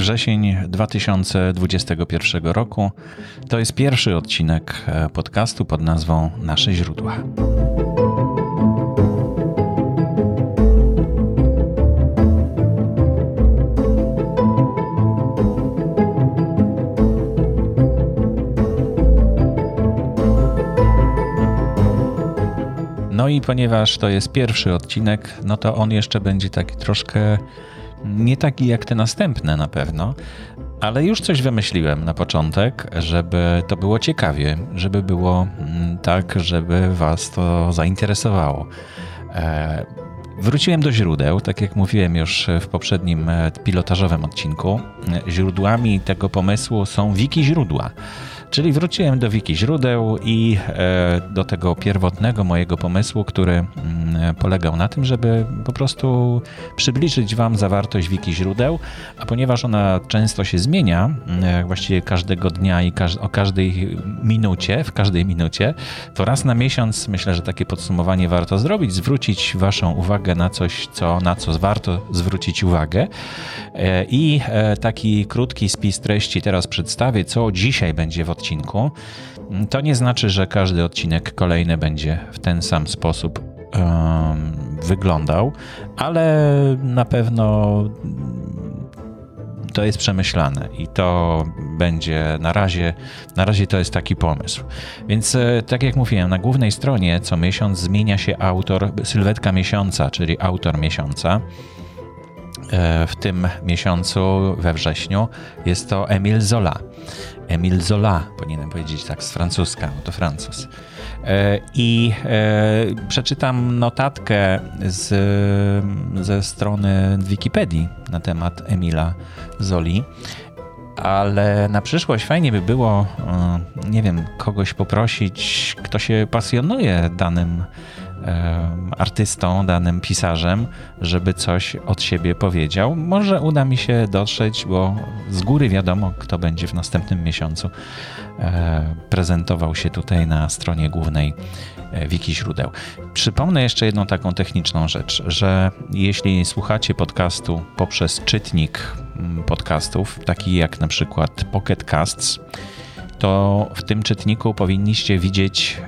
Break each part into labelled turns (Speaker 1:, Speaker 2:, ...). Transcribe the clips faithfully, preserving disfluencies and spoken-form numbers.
Speaker 1: Wrzesień dwa tysiące dwudziestego pierwszego roku. To jest pierwszy odcinek podcastu pod nazwą Nasze źródła. No i ponieważ to jest pierwszy odcinek, no to on jeszcze będzie taki troszkę nie taki jak te następne na pewno, ale już coś wymyśliłem na początek, żeby to było ciekawie, żeby było tak, żeby was to zainteresowało. Wróciłem do źródeł, tak jak mówiłem już w poprzednim pilotażowym odcinku. Źródłami tego pomysłu są wiki źródła. Czyli wróciłem do wiki źródeł i do tego pierwotnego mojego pomysłu, który polegał na tym, żeby po prostu przybliżyć wam zawartość wiki źródeł, a ponieważ ona często się zmienia, właściwie każdego dnia i o każdej minucie, w każdej minucie, to raz na miesiąc myślę, że takie podsumowanie warto zrobić, zwrócić waszą uwagę na coś, co, na co warto zwrócić uwagę. I taki krótki spis treści teraz przedstawię, co dzisiaj będzie w odcinku. To nie znaczy, że każdy odcinek kolejny będzie w ten sam sposób um, wyglądał, ale na pewno to jest przemyślane i to będzie na razie, na razie to jest taki pomysł. Więc tak jak mówiłem, na głównej stronie co miesiąc zmienia się autor, sylwetka miesiąca, czyli autor miesiąca. W tym miesiącu, we wrześniu, jest to Émile Zola. Émile Zola, powinienem powiedzieć tak z francuska, bo to Francuz. I przeczytam notatkę z, ze strony Wikipedii na temat Émile'a Zoli, ale na przyszłość fajnie by było, nie wiem, kogoś poprosić, kto się pasjonuje danym artystą, danym pisarzem, żeby coś od siebie powiedział. Może uda mi się dotrzeć, bo z góry wiadomo, kto będzie w następnym miesiącu prezentował się tutaj na stronie głównej wiki źródeł. Przypomnę jeszcze jedną taką techniczną rzecz, że jeśli słuchacie podcastu poprzez czytnik podcastów, taki jak na przykład Pocket Casts, to w tym czytniku powinniście widzieć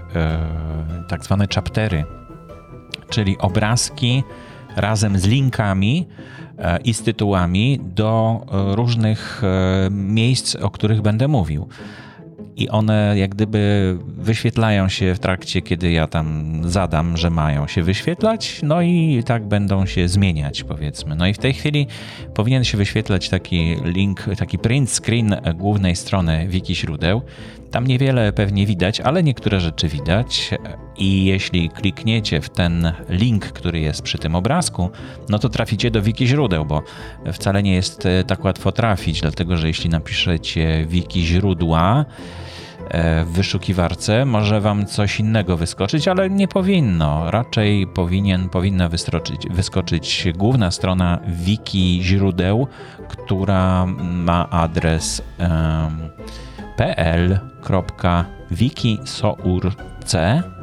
Speaker 1: tak zwane chaptery, czyli obrazki razem z linkami i z tytułami do różnych miejsc, o których będę mówił. I one jak gdyby wyświetlają się w trakcie, kiedy ja tam zadam, że mają się wyświetlać, no i tak będą się zmieniać, powiedzmy. No i w tej chwili powinien się wyświetlać taki link, taki print screen głównej strony wiki źródeł. Tam niewiele pewnie widać, ale niektóre rzeczy widać i jeśli klikniecie w ten link, który jest przy tym obrazku, no to traficie do wiki źródeł, bo wcale nie jest tak łatwo trafić, dlatego że jeśli napiszecie wiki źródła w wyszukiwarce, może wam coś innego wyskoczyć, ale nie powinno. Raczej powinien, powinna wyskoczyć, wyskoczyć główna strona wiki źródeł, która ma adres um, pl kropka wikisourc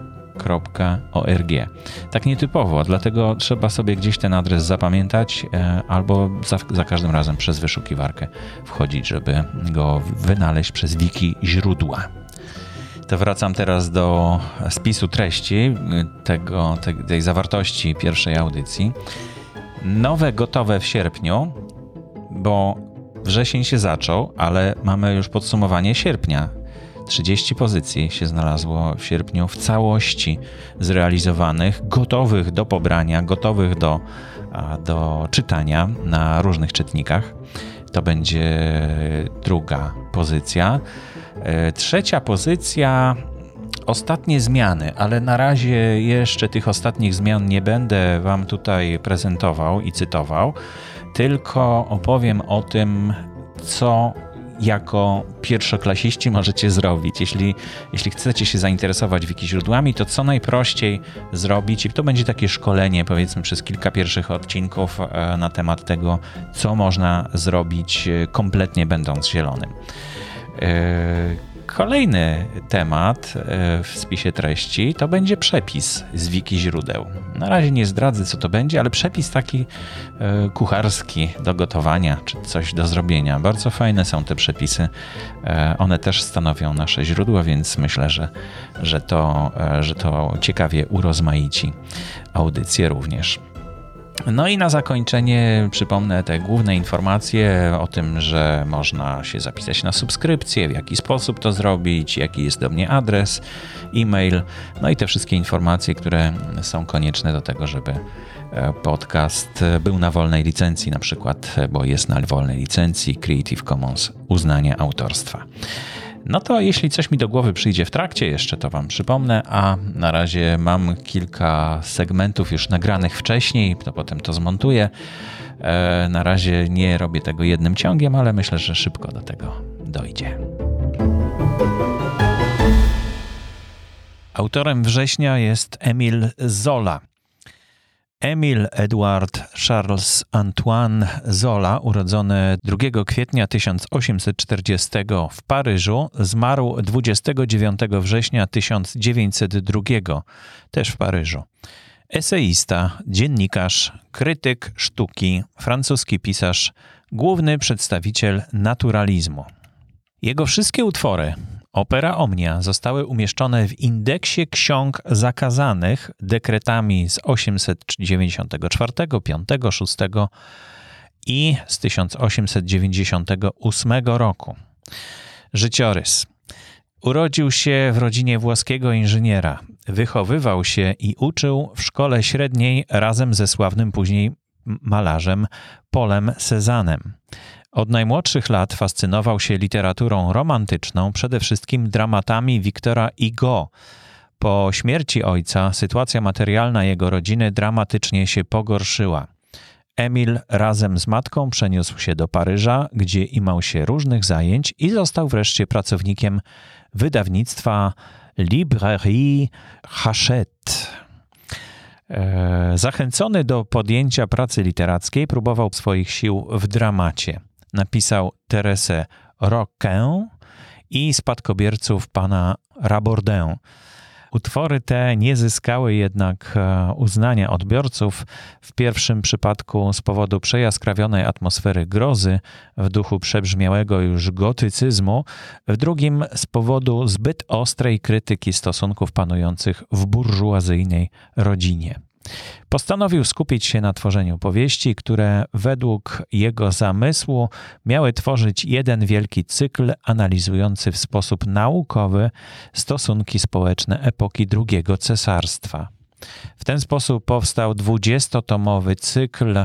Speaker 1: kropka org. Tak nietypowo, dlatego trzeba sobie gdzieś ten adres zapamiętać e, albo za, za każdym razem przez wyszukiwarkę wchodzić, żeby go wynaleźć przez wiki źródła. To wracam teraz do spisu treści tego, tej, tej zawartości pierwszej audycji. Nowe gotowe w sierpniu, bo wrzesień się zaczął, ale mamy już podsumowanie sierpnia. trzydzieści pozycji się znalazło w sierpniu w całości zrealizowanych, gotowych do pobrania, gotowych do, do czytania na różnych czytnikach. To będzie druga pozycja. Trzecia pozycja, ostatnie zmiany, ale na razie jeszcze tych ostatnich zmian nie będę wam tutaj prezentował i cytował, tylko opowiem o tym, co jako pierwszoklasiści możecie zrobić. Jeśli, jeśli chcecie się zainteresować wiki źródłami, to co najprościej zrobić, i to będzie takie szkolenie, powiedzmy, przez kilka pierwszych odcinków na temat tego, co można zrobić kompletnie będąc zielonym. Kolejny temat w spisie treści to będzie przepis z wiki źródeł. Na razie nie zdradzę, co to będzie, ale przepis taki kucharski do gotowania, czy coś do zrobienia. Bardzo fajne są te przepisy. One też stanowią nasze źródła, więc myślę, że, że, to, że to ciekawie urozmaici audycję również. No i na zakończenie przypomnę te główne informacje o tym, że można się zapisać na subskrypcję, w jaki sposób to zrobić, jaki jest do mnie adres, e-mail, no i te wszystkie informacje, które są konieczne do tego, żeby podcast był na wolnej licencji na przykład, bo jest na wolnej licencji Creative Commons uznania autorstwa. No to jeśli coś mi do głowy przyjdzie w trakcie jeszcze, to wam przypomnę, a na razie mam kilka segmentów już nagranych wcześniej, to potem to zmontuję. E, na razie nie robię tego jednym ciągiem, ale myślę, że szybko do tego dojdzie. Autorem Września jest Émile Zola. Émile Edward Charles Antoine Zola, urodzony drugiego kwietnia tysiąc osiemset czterdziestego w Paryżu, zmarł dwudziestego dziewiątego września tysiąc dziewięćset drugiego, też w Paryżu. Eseista, dziennikarz, krytyk sztuki, francuski pisarz, główny przedstawiciel naturalizmu. Jego wszystkie utwory, Opera Omnia, zostały umieszczone w indeksie ksiąg zakazanych dekretami z osiemset dziewięćdziesiątego czwartego, piątego, szóstego i z tysiąc osiemset dziewięćdziesiątego ósmego roku. Życiorys. Urodził się w rodzinie włoskiego inżyniera. Wychowywał się i uczył w szkole średniej razem ze sławnym później malarzem Paulem Cézannem. Od najmłodszych lat fascynował się literaturą romantyczną, przede wszystkim dramatami Victora Hugo. Po śmierci ojca sytuacja materialna jego rodziny dramatycznie się pogorszyła. Emil razem z matką przeniósł się do Paryża, gdzie imał się różnych zajęć i został wreszcie pracownikiem wydawnictwa Librairie Hachette. Zachęcony do podjęcia pracy literackiej, próbował swoich sił w dramacie. Napisał Teresę Roquin i Spadkobierców pana Rabordin. Utwory te nie zyskały jednak uznania odbiorców, w pierwszym przypadku z powodu przejaskrawionej atmosfery grozy w duchu przebrzmiałego już gotycyzmu, w drugim z powodu zbyt ostrej krytyki stosunków panujących w burżuazyjnej rodzinie. Postanowił skupić się na tworzeniu powieści, które według jego zamysłu miały tworzyć jeden wielki cykl analizujący w sposób naukowy stosunki społeczne epoki drugiego cesarstwa. W ten sposób powstał dwudziestotomowy cykl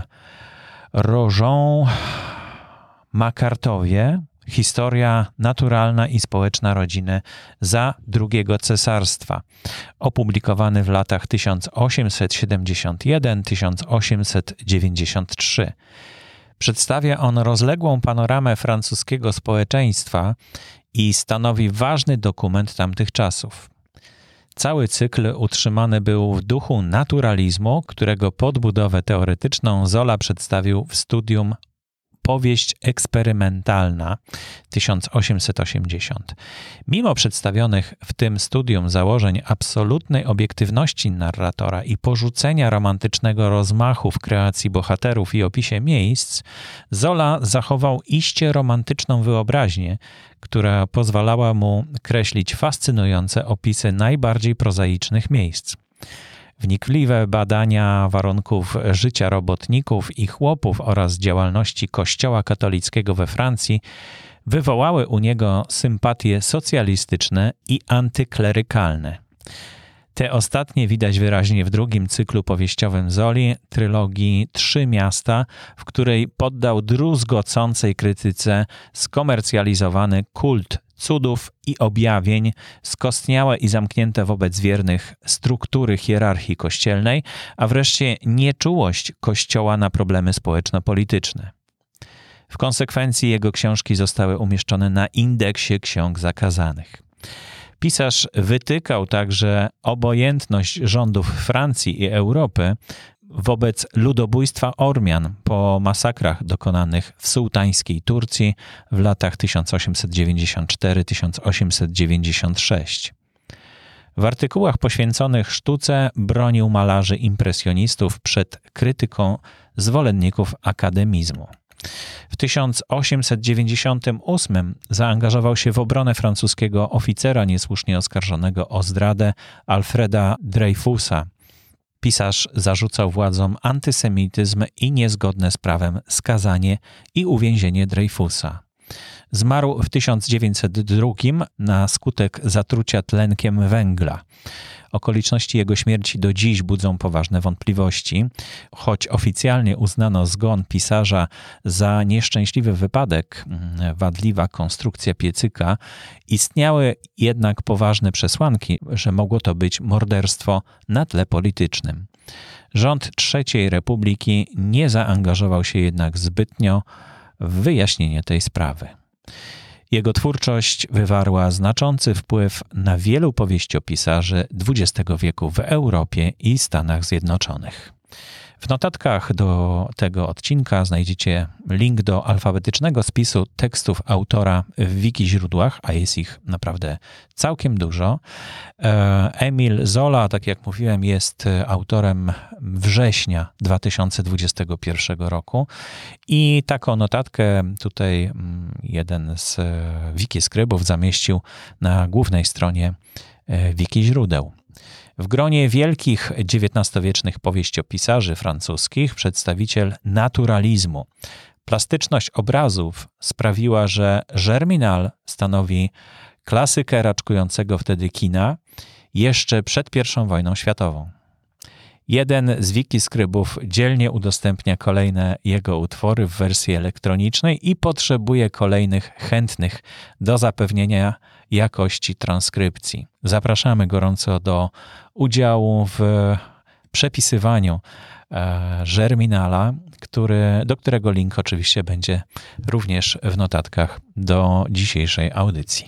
Speaker 1: Rogon-Macartowie, Historia naturalna i społeczna rodziny za drugiego cesarstwa, opublikowany w latach tysiąc osiemset siedemdziesiąt jeden do tysiąc osiemset dziewięćdziesiąt trzy. Przedstawia on rozległą panoramę francuskiego społeczeństwa i stanowi ważny dokument tamtych czasów. Cały cykl utrzymany był w duchu naturalizmu, którego podbudowę teoretyczną Zola przedstawił w studium Powieść eksperymentalna tysiąc osiemset osiemdziesiąt. Mimo przedstawionych w tym studium założeń absolutnej obiektywności narratora i porzucenia romantycznego rozmachu w kreacji bohaterów i opisie miejsc, Zola zachował iście romantyczną wyobraźnię, która pozwalała mu kreślić fascynujące opisy najbardziej prozaicznych miejsc. Wnikliwe badania warunków życia robotników i chłopów oraz działalności Kościoła katolickiego we Francji wywołały u niego sympatie socjalistyczne i antyklerykalne. Te ostatnie widać wyraźnie w drugim cyklu powieściowym Zoli, trylogii Trzy miasta, w której poddał druzgocącej krytyce skomercjalizowany kult cudów i objawień, skostniałe i zamknięte wobec wiernych struktury hierarchii kościelnej, a wreszcie nieczułość Kościoła na problemy społeczno-polityczne. W konsekwencji jego książki zostały umieszczone na indeksie ksiąg zakazanych. Pisarz wytykał także obojętność rządów Francji i Europy wobec ludobójstwa Ormian po masakrach dokonanych w sułtańskiej Turcji w latach tysiąc osiemset dziewięćdziesiąt cztery do tysiąc osiemset dziewięćdziesiąt sześć. W artykułach poświęconych sztuce bronił malarzy impresjonistów przed krytyką zwolenników akademizmu. W tysiąc osiemset dziewięćdziesiątym ósmym zaangażował się w obronę francuskiego oficera niesłusznie oskarżonego o zdradę Alfreda Dreyfusa. Pisarz zarzucał władzom antysemityzm i niezgodne z prawem skazanie i uwięzienie Dreyfusa. Zmarł w tysiąc dziewięćset drugim na skutek zatrucia tlenkiem węgla. Okoliczności jego śmierci do dziś budzą poważne wątpliwości. Choć oficjalnie uznano zgon pisarza za nieszczęśliwy wypadek, wadliwa konstrukcja piecyka, istniały jednak poważne przesłanki, że mogło to być morderstwo na tle politycznym. Rząd trzeciej Republiki nie zaangażował się jednak zbytnio w wyjaśnienie tej sprawy. Jego twórczość wywarła znaczący wpływ na wielu powieściopisarzy dwudziestego wieku w Europie i Stanach Zjednoczonych. W notatkach do tego odcinka znajdziecie link do alfabetycznego spisu tekstów autora w Wikiźródłach, a jest ich naprawdę całkiem dużo. Emil Zola, tak jak mówiłem, jest autorem września dwa tysiące dwudziestego pierwszego roku i taką notatkę tutaj jeden z wikiskrybów zamieścił na głównej stronie Wikiźródeł. W gronie wielkich dziewiętnastowiecznych powieściopisarzy francuskich przedstawiciel naturalizmu. Plastyczność obrazów sprawiła, że Germinal stanowi klasykę raczkującego wtedy kina jeszcze przed pierwszą wojną światową. Jeden z wikiskrybów dzielnie udostępnia kolejne jego utwory w wersji elektronicznej i potrzebuje kolejnych chętnych do zapewnienia jakości transkrypcji. Zapraszamy gorąco do udziału w przepisywaniu Germinala, który, do którego link oczywiście będzie również w notatkach do dzisiejszej audycji.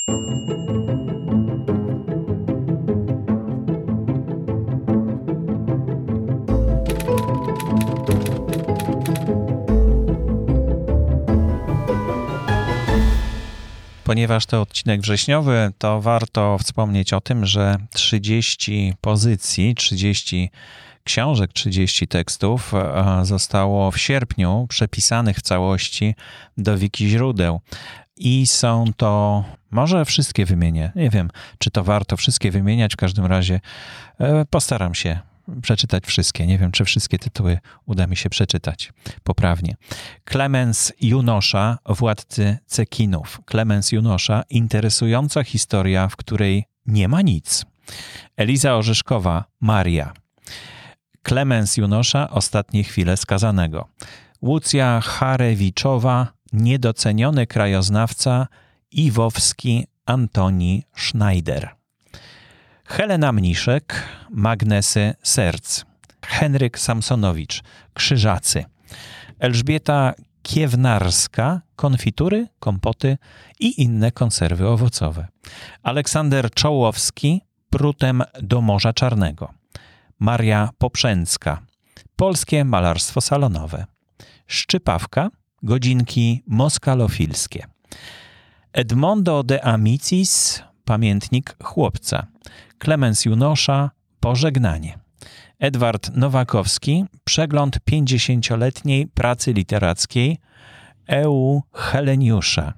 Speaker 1: Ponieważ to odcinek wrześniowy, to warto wspomnieć o tym, że trzydzieści pozycji, trzydzieści książek, trzydzieści tekstów zostało w sierpniu przepisanych w całości do Wikiźródeł. I są to, może wszystkie wymienię, nie wiem, czy to warto wszystkie wymieniać, w każdym razie postaram się przeczytać wszystkie. Nie wiem, czy wszystkie tytuły uda mi się przeczytać poprawnie. Klemens Junosza, Władcy Cekinów. Klemens Junosza, interesująca historia, w której nie ma nic. Eliza Orzeszkowa, Maria. Klemens Junosza, Ostatnie chwile skazanego. Łucja Charewiczowa, Niedoceniony krajoznawca, Iwowski, Antoni Schneider. Helena Mniszek, Magnesy serc. Henryk Samsonowicz, Krzyżacy. Elżbieta Kiewnarska, konfitury, kompoty i inne konserwy owocowe. Aleksander Czołowski, Prutem do Morza Czarnego. Maria Poprzęcka, polskie malarstwo salonowe. Szczypawka, godzinki moskalofilskie. Edmondo de Amicis, pamiętnik chłopca. Klemens Junosza, Pożegnanie. Edward Nowakowski, przegląd pięćdziesięcioletniej pracy literackiej Eu Heleniusza.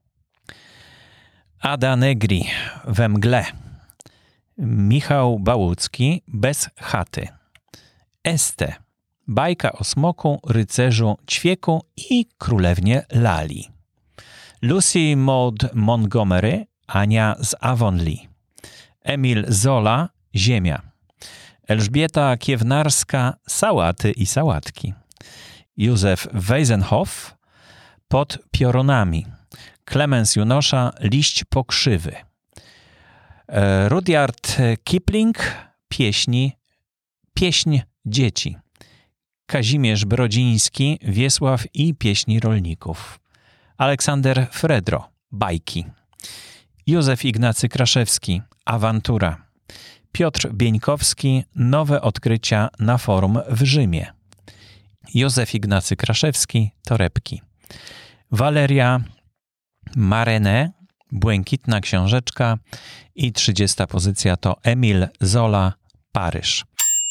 Speaker 1: Ada Negri, We mgle. Michał Bałucki, Bez chaty. Este, bajka o smoku, rycerzu, ćwieku i królewnie Lali. Lucy Maud Montgomery, Ania z Avonlea. Emil Zola, Ziemia. Elżbieta Kiewnarska, Sałaty i sałatki. Józef Weisenhoff, Pod piorunami. Klemens Junosza, Liść pokrzywy. Rudyard Kipling, Pieśni, Pieśń dzieci. Kazimierz Brodziński, Wiesław i pieśni rolników. Aleksander Fredro, Bajki. Józef Ignacy Kraszewski, Awantura. Piotr Bieńkowski, Nowe odkrycia na forum w Rzymie. Józef Ignacy Kraszewski, Torebki. Waleria Marene, Błękitna książeczka i trzydziesta pozycja to Emil Zola, Paryż.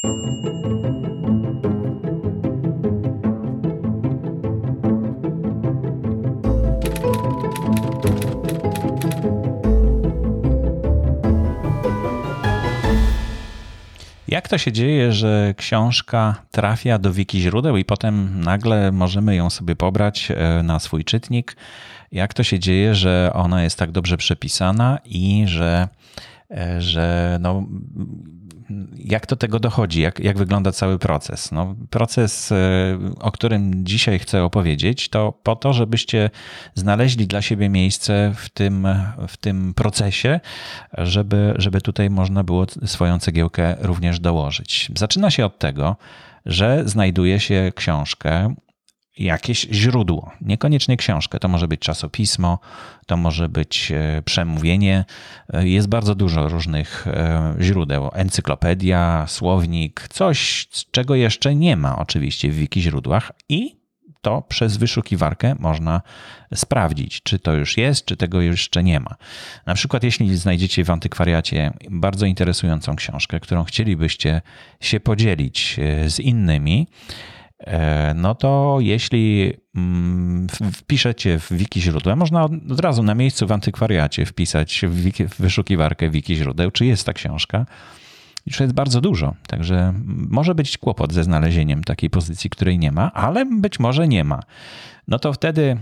Speaker 1: Jak to się dzieje, że książka trafia do wiki źródeł i potem nagle możemy ją sobie pobrać na swój czytnik? Jak to się dzieje, że ona jest tak dobrze przepisana i że, że no, jak do tego dochodzi? Jak, jak wygląda cały proces? No, proces, o którym dzisiaj chcę opowiedzieć, to po to, żebyście znaleźli dla siebie miejsce w tym, w tym procesie, żeby, żeby tutaj można było swoją cegiełkę również dołożyć. Zaczyna się od tego, że znajduje się książkę, jakieś źródło, niekoniecznie książkę, to może być czasopismo, to może być przemówienie, jest bardzo dużo różnych źródeł, encyklopedia, słownik, coś, czego jeszcze nie ma oczywiście w wiki źródłach i to przez wyszukiwarkę można sprawdzić, czy to już jest, czy tego jeszcze nie ma. Na przykład jeśli znajdziecie w antykwariacie bardzo interesującą książkę, którą chcielibyście się podzielić z innymi, no to jeśli wpiszecie w wiki źródła, można od razu na miejscu w antykwariacie wpisać w, wiki, w wyszukiwarkę wiki źródeł, czy jest ta książka. Już jest bardzo dużo, także może być kłopot ze znalezieniem takiej pozycji, której nie ma, ale być może nie ma. No to wtedy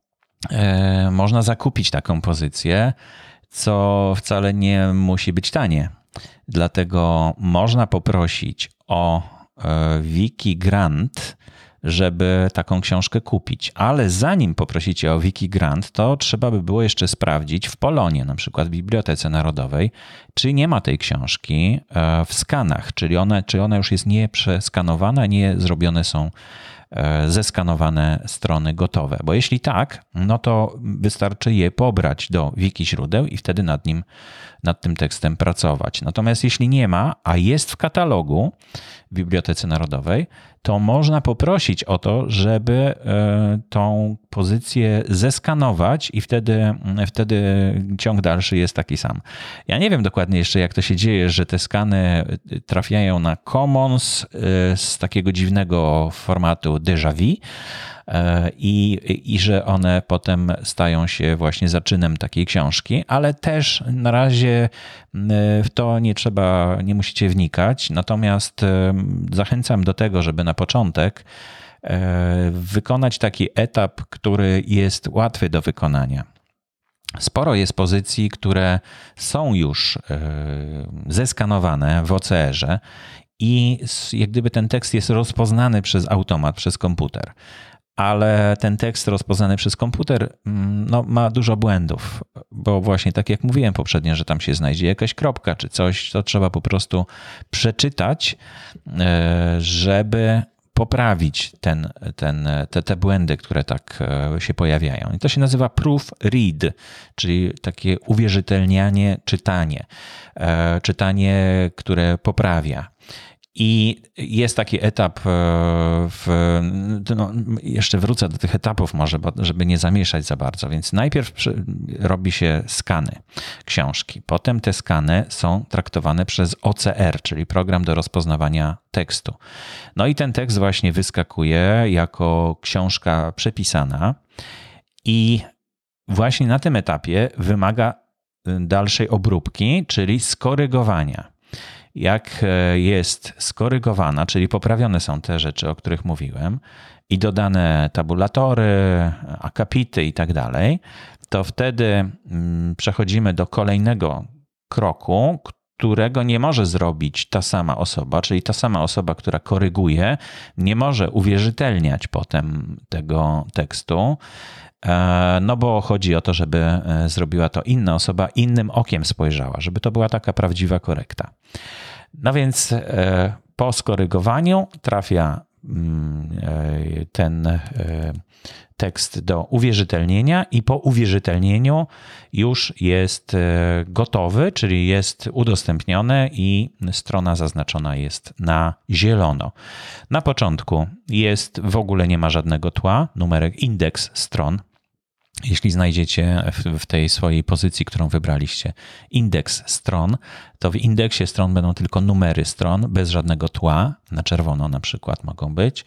Speaker 1: e, można zakupić taką pozycję, co wcale nie musi być tanie. Dlatego można poprosić o Wiki Grant, żeby taką książkę kupić. Ale zanim poprosicie o Wiki Grant, to trzeba by było jeszcze sprawdzić w Polonie, na przykład w Bibliotece Narodowej, czy nie ma tej książki w skanach, czyli ona, czy ona już jest nieprzeskanowana, nie zrobione są zeskanowane strony gotowe. Bo jeśli tak, no to wystarczy je pobrać do wiki źródeł i wtedy nad nim, nad tym tekstem pracować. Natomiast jeśli nie ma, a jest w katalogu w Bibliotece Narodowej, to można poprosić o to, żeby tą pozycję zeskanować i wtedy, wtedy ciąg dalszy jest taki sam. Ja nie wiem dokładnie jeszcze, jak to się dzieje, że te skany trafiają na Commons z takiego dziwnego formatu déjà vu i, i że one potem stają się właśnie zaczynem takiej książki, ale też na razie w to nie trzeba, nie musicie wnikać. Natomiast zachęcam do tego, żeby na początek wykonać taki etap, który jest łatwy do wykonania. Sporo jest pozycji, które są już zeskanowane w O C R-ze i jak gdyby ten tekst jest rozpoznany przez automat, przez komputer. Ale ten tekst rozpoznany przez komputer no, ma dużo błędów, bo właśnie tak jak mówiłem poprzednio, że tam się znajdzie jakaś kropka czy coś, to trzeba po prostu przeczytać, żeby poprawić ten, ten, te, te błędy, które tak się pojawiają. I to się nazywa proofread, czyli takie uwierzytelnianie, czytanie. Czytanie, które poprawia. I jest taki etap, w, no jeszcze wrócę do tych etapów może, bo, żeby nie zamieszać za bardzo, więc najpierw przy, robi się skany książki. Potem te skany są traktowane przez O C R, czyli program do rozpoznawania tekstu. No i ten tekst właśnie wyskakuje jako książka przepisana i właśnie na tym etapie wymaga dalszej obróbki, czyli skorygowania. Jak jest skorygowana, czyli poprawione są te rzeczy, o których mówiłem i dodane tabulatory, akapity i tak dalej, to wtedy przechodzimy do kolejnego kroku, którego nie może zrobić ta sama osoba, czyli ta sama osoba, która koryguje, nie może uwierzytelniać potem tego tekstu, no bo chodzi o to, żeby zrobiła to inna osoba, innym okiem spojrzała, żeby to była taka prawdziwa korekta. No więc po skorygowaniu trafia ten tekst do uwierzytelnienia i po uwierzytelnieniu już jest gotowy, czyli jest udostępniony i strona zaznaczona jest na zielono. Na początku jest, w ogóle nie ma żadnego tła, numerek indeks stron. Jeśli znajdziecie w tej swojej pozycji, którą wybraliście, indeks stron, to w indeksie stron będą tylko numery stron, bez żadnego tła, na czerwono na przykład mogą być.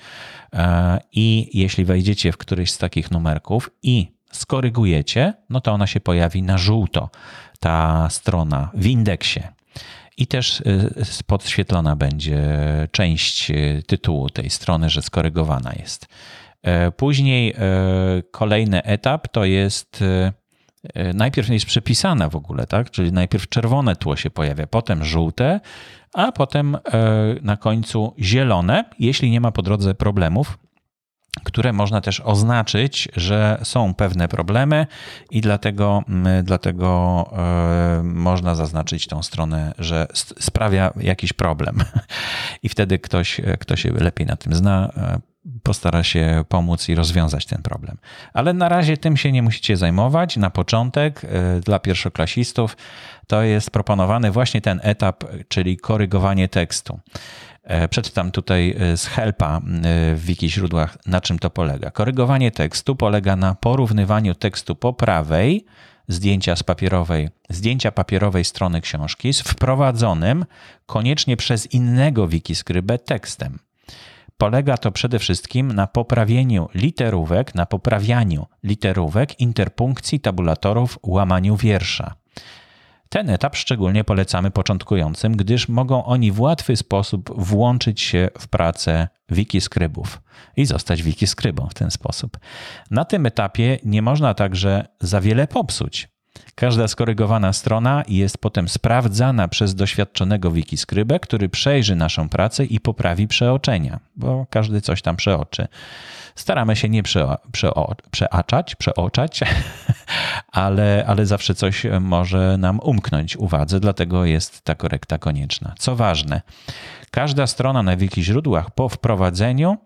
Speaker 1: I jeśli wejdziecie w któryś z takich numerków i skorygujecie, no to ona się pojawi na żółto, ta strona w indeksie. I też podświetlona będzie część tytułu tej strony, że skorygowana jest. Później kolejny etap to jest, najpierw jest przepisana w ogóle, tak? Czyli najpierw czerwone tło się pojawia, potem żółte, a potem na końcu zielone, jeśli nie ma po drodze problemów, które można też oznaczyć, że są pewne problemy i dlatego, dlatego można zaznaczyć tą stronę, że sprawia jakiś problem. I wtedy ktoś, kto się lepiej na tym zna, postara się pomóc i rozwiązać ten problem. Ale na razie tym się nie musicie zajmować. Na początek dla pierwszoklasistów to jest proponowany właśnie ten etap, czyli korygowanie tekstu. Przeczytam tutaj z helpa w wiki źródłach, na czym to polega. Korygowanie tekstu polega na porównywaniu tekstu po prawej zdjęcia z papierowej, zdjęcia papierowej strony książki z wprowadzonym koniecznie przez innego wikiskrybę tekstem. Polega to przede wszystkim na poprawieniu literówek, na poprawianiu literówek, interpunkcji, tabulatorów, łamaniu wiersza. Ten etap szczególnie polecamy początkującym, gdyż mogą oni w łatwy sposób włączyć się w pracę wikiskrybów i zostać wikiskrybą w ten sposób. Na tym etapie nie można także za wiele popsuć. Każda skorygowana strona jest potem sprawdzana przez doświadczonego wikiskrybę, który przejrzy naszą pracę i poprawi przeoczenia, bo każdy coś tam przeoczy. Staramy się nie przeo, przeo, przeaczać, przeoczać, ale, ale zawsze coś może nam umknąć uwadze, dlatego jest ta korekta konieczna. Co ważne, każda strona na wikiźródłach po wprowadzeniu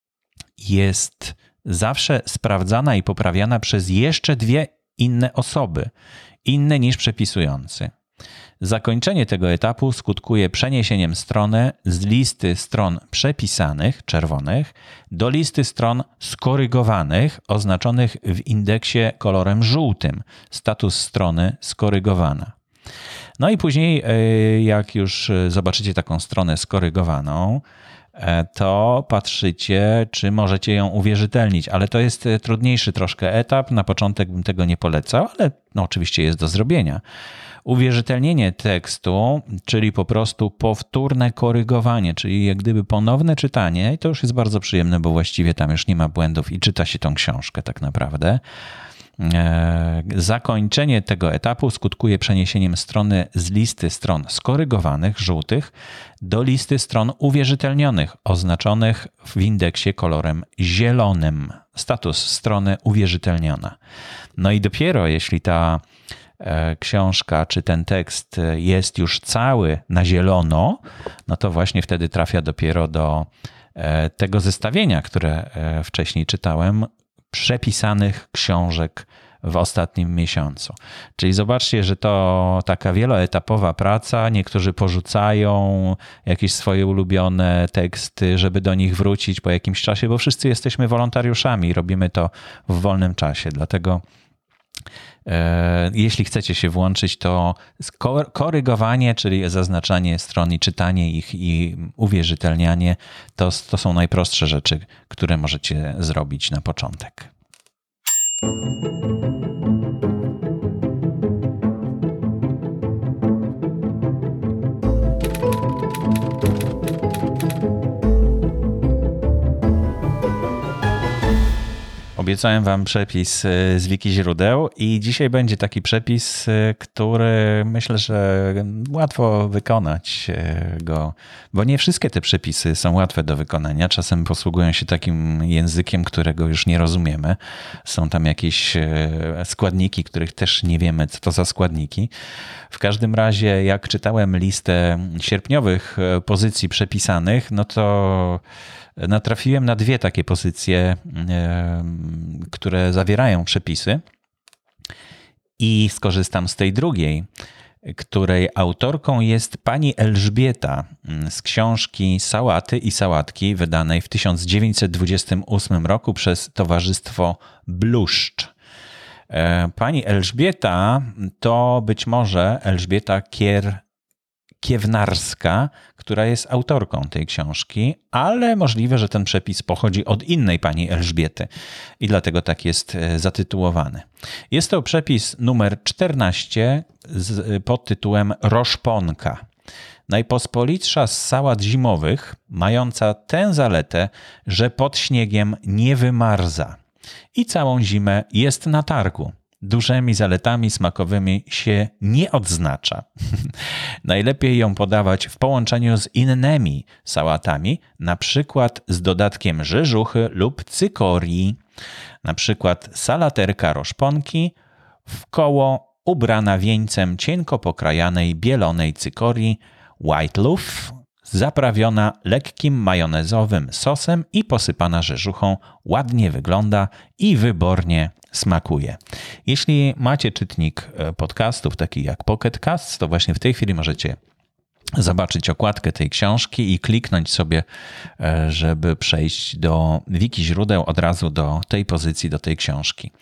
Speaker 1: jest zawsze sprawdzana i poprawiana przez jeszcze dwie inne osoby, inne niż przepisujący. Zakończenie tego etapu skutkuje przeniesieniem strony z listy stron przepisanych, czerwonych, do listy stron skorygowanych, oznaczonych w indeksie kolorem żółtym. Status strony skorygowana. No i później, jak już zobaczycie taką stronę skorygowaną, to patrzycie, czy możecie ją uwierzytelnić, ale to jest trudniejszy troszkę etap. Na początek bym tego nie polecał, ale no oczywiście jest do zrobienia. Uwierzytelnienie tekstu, czyli po prostu powtórne korygowanie, czyli jak gdyby ponowne czytanie, i to już jest bardzo przyjemne, bo właściwie tam już nie ma błędów i czyta się tą książkę tak naprawdę. Zakończenie tego etapu skutkuje przeniesieniem strony z listy stron skorygowanych, żółtych, do listy stron uwierzytelnionych, oznaczonych w indeksie kolorem zielonym. Status strony uwierzytelniona. No i dopiero jeśli ta książka czy ten tekst jest już cały na zielono, no to właśnie wtedy trafia dopiero do tego zestawienia, które wcześniej czytałem, przepisanych książek w ostatnim miesiącu. Czyli zobaczcie, że to taka wieloetapowa praca. Niektórzy porzucają jakieś swoje ulubione teksty, żeby do nich wrócić po jakimś czasie, bo wszyscy jesteśmy wolontariuszami i robimy to w wolnym czasie. Dlatego jeśli chcecie się włączyć, to korygowanie, czyli zaznaczanie stron i czytanie ich i uwierzytelnianie, to, to są najprostsze rzeczy, które możecie zrobić na początek. Obiecałem wam przepis z wiki źródeł i dzisiaj będzie taki przepis, który myślę, że łatwo wykonać go, bo nie wszystkie te przepisy są łatwe do wykonania. Czasem posługują się takim językiem, którego już nie rozumiemy. Są tam jakieś składniki, których też nie wiemy, co to za składniki. W każdym razie, jak czytałem listę sierpniowych pozycji przepisanych, no to natrafiłem na dwie takie pozycje, które zawierają przepisy i skorzystam z tej drugiej, której autorką jest pani Elżbieta z książki Sałaty i sałatki, wydanej w tysiąc dziewięćset dwudziestym ósmym roku przez Towarzystwo Bluszcz. Pani Elżbieta to być może Elżbieta Kier Kiewnarska, która jest autorką tej książki, ale możliwe, że ten przepis pochodzi od innej pani Elżbiety i dlatego tak jest zatytułowany. Jest to przepis numer czternaście z, pod tytułem Roszponka. Najpospolitsza z sałat zimowych, mająca tę zaletę, że pod śniegiem nie wymarza i całą zimę jest na targu. Dużymi zaletami smakowymi się nie odznacza. Najlepiej ją podawać w połączeniu z innymi sałatami, na przykład z dodatkiem rzeżuchy lub cykorii. Na przykład salaterka roszponki w koło ubrana wieńcem cienko pokrajanej bielonej cykorii white loaf, zaprawiona lekkim majonezowym sosem i posypana rzeżuchą, ładnie wygląda i wybornie smakuje. Jeśli macie czytnik podcastów taki jak Pocket Cast, to właśnie w tej chwili możecie zobaczyć okładkę tej książki i kliknąć sobie, żeby przejść do wiki źródeł od razu do tej pozycji, do tej książki.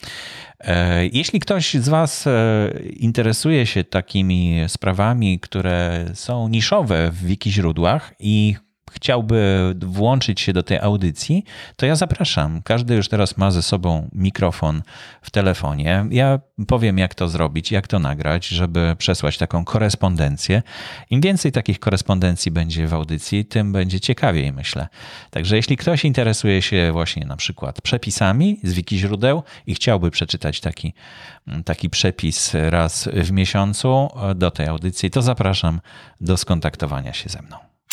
Speaker 1: Jeśli ktoś z Was interesuje się takimi sprawami, które są niszowe w wiki źródłach i chciałby włączyć się do tej audycji, to ja zapraszam. Każdy już teraz ma ze sobą mikrofon w telefonie. Ja powiem, jak to zrobić, jak to nagrać, żeby przesłać taką korespondencję. Im więcej takich korespondencji będzie w audycji, tym będzie ciekawiej, myślę. Także jeśli ktoś interesuje się właśnie na przykład przepisami z wiki źródeł i chciałby przeczytać taki, taki przepis raz w miesiącu do tej audycji, to zapraszam do skontaktowania się ze mną.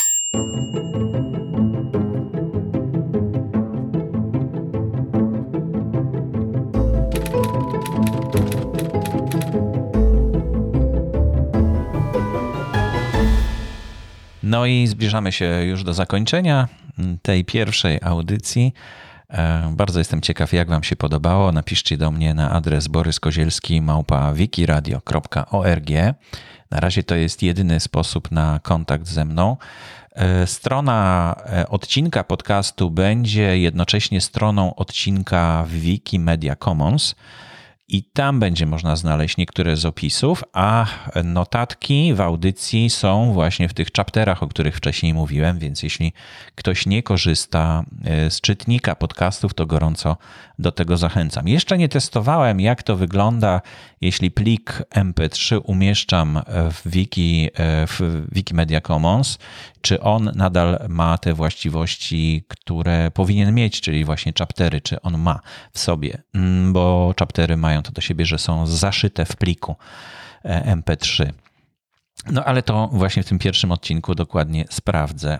Speaker 1: No i zbliżamy się już do zakończenia tej pierwszej audycji. Bardzo jestem ciekaw, jak Wam się podobało. Napiszcie do mnie na adres boryskozielski małpa wikiradio kropka org. Na razie to jest jedyny sposób na kontakt ze mną. Strona odcinka podcastu będzie jednocześnie stroną odcinka w Wikimedia Commons i tam będzie można znaleźć niektóre z opisów, a notatki w audycji są właśnie w tych chapterach, o których wcześniej mówiłem, więc jeśli ktoś nie korzysta z czytnika podcastów, to gorąco do tego zachęcam. Jeszcze nie testowałem, jak to wygląda, jeśli plik em pe trzy umieszczam w, Wiki, w Wikimedia Commons, czy on nadal ma te właściwości, które powinien mieć, czyli właśnie chaptery, czy on ma w sobie, bo chaptery mają to do siebie, że są zaszyte w pliku em pe trzy. No ale to właśnie w tym pierwszym odcinku dokładnie sprawdzę.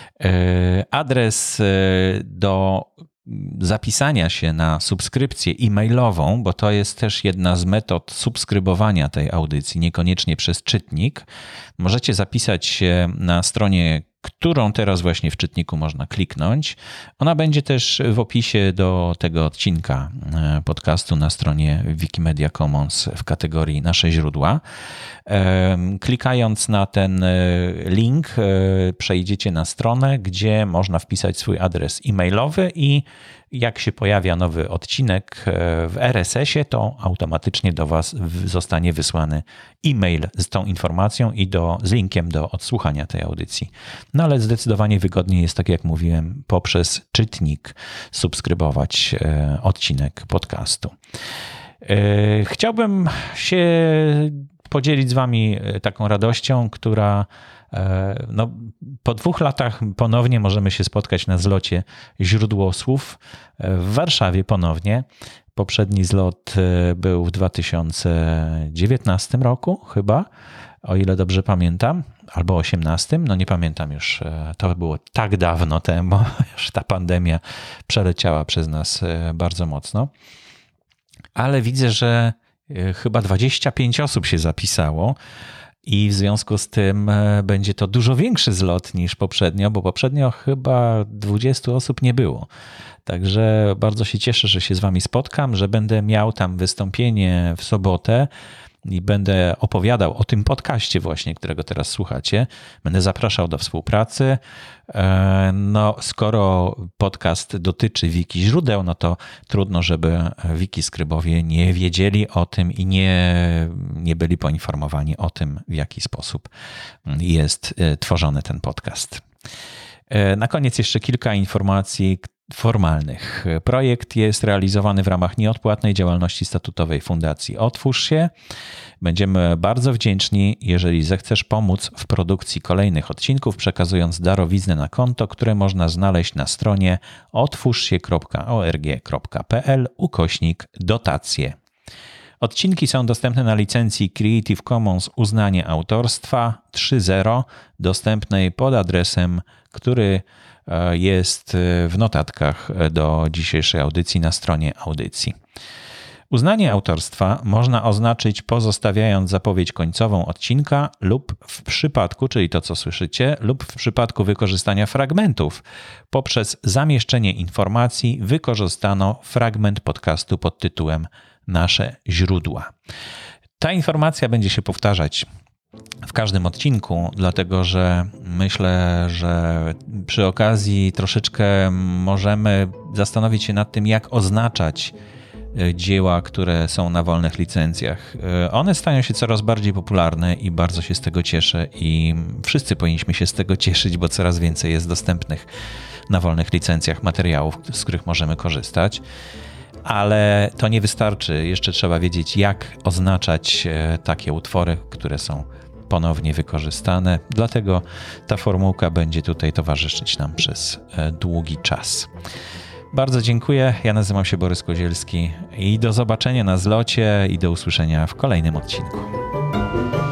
Speaker 1: Adres do zapisania się na subskrypcję e-mailową, bo to jest też jedna z metod subskrybowania tej audycji, niekoniecznie przez czytnik. Możecie zapisać się na stronie, którą teraz właśnie w czytniku można kliknąć. Ona będzie też w opisie do tego odcinka podcastu na stronie Wikimedia Commons w kategorii Nasze źródła. Klikając na ten link przejdziecie na stronę, gdzie można wpisać swój adres e-mailowy i jak się pojawia nowy odcinek w er es esie, to automatycznie do Was zostanie wysłany e-mail z tą informacją i do, z linkiem do odsłuchania tej audycji. No ale zdecydowanie wygodniej jest, tak jak mówiłem, poprzez czytnik subskrybować odcinek podcastu. Chciałbym się podzielić z Wami taką radością, która no, po dwóch latach ponownie możemy się spotkać na zlocie Źródło Słów w Warszawie ponownie. Poprzedni zlot był w dwa tysiące dziewiętnastym roku chyba, o ile dobrze pamiętam, albo osiemnastym, no nie pamiętam już, to było tak dawno temu, bo już ta pandemia przeleciała przez nas bardzo mocno. Ale widzę, że chyba dwadzieścia pięć osób się zapisało i w związku z tym będzie to dużo większy zlot niż poprzednio, bo poprzednio chyba dwudziestu osób nie było. Także bardzo się cieszę, że się z wami spotkam, że będę miał tam wystąpienie w sobotę i będę opowiadał o tym podcaście właśnie, którego teraz słuchacie. Będę zapraszał do współpracy. No, skoro podcast dotyczy wiki źródeł, no to trudno, żeby wiki skrybowie nie wiedzieli o tym i nie, nie byli poinformowani o tym, w jaki sposób jest tworzony ten podcast. Na koniec jeszcze kilka informacji formalnych. Projekt jest realizowany w ramach nieodpłatnej działalności statutowej Fundacji Otwórz się. Będziemy bardzo wdzięczni, jeżeli zechcesz pomóc w produkcji kolejnych odcinków, przekazując darowiznę na konto, które można znaleźć na stronie otwórzsie kropka org kropka pl ukośnik dotacje. Odcinki są dostępne na licencji Creative Commons uznanie autorstwa trzy zero, dostępnej pod adresem, który jest w notatkach do dzisiejszej audycji na stronie audycji. Uznanie autorstwa można oznaczyć pozostawiając zapowiedź końcową odcinka lub w przypadku, czyli to co słyszycie, lub w przypadku wykorzystania fragmentów poprzez zamieszczenie informacji wykorzystano fragment podcastu pod tytułem Nasze źródła. Ta informacja będzie się powtarzać w każdym odcinku, dlatego że myślę, że przy okazji troszeczkę możemy zastanowić się nad tym, jak oznaczać dzieła, które są na wolnych licencjach. One stają się coraz bardziej popularne i bardzo się z tego cieszę i wszyscy powinniśmy się z tego cieszyć, bo coraz więcej jest dostępnych na wolnych licencjach materiałów, z których możemy korzystać. Ale to nie wystarczy. Jeszcze trzeba wiedzieć, jak oznaczać takie utwory, które są ponownie wykorzystane. Dlatego ta formułka będzie tutaj towarzyszyć nam przez długi czas. Bardzo dziękuję. Ja nazywam się Borys Kozielski i do zobaczenia na zlocie i do usłyszenia w kolejnym odcinku.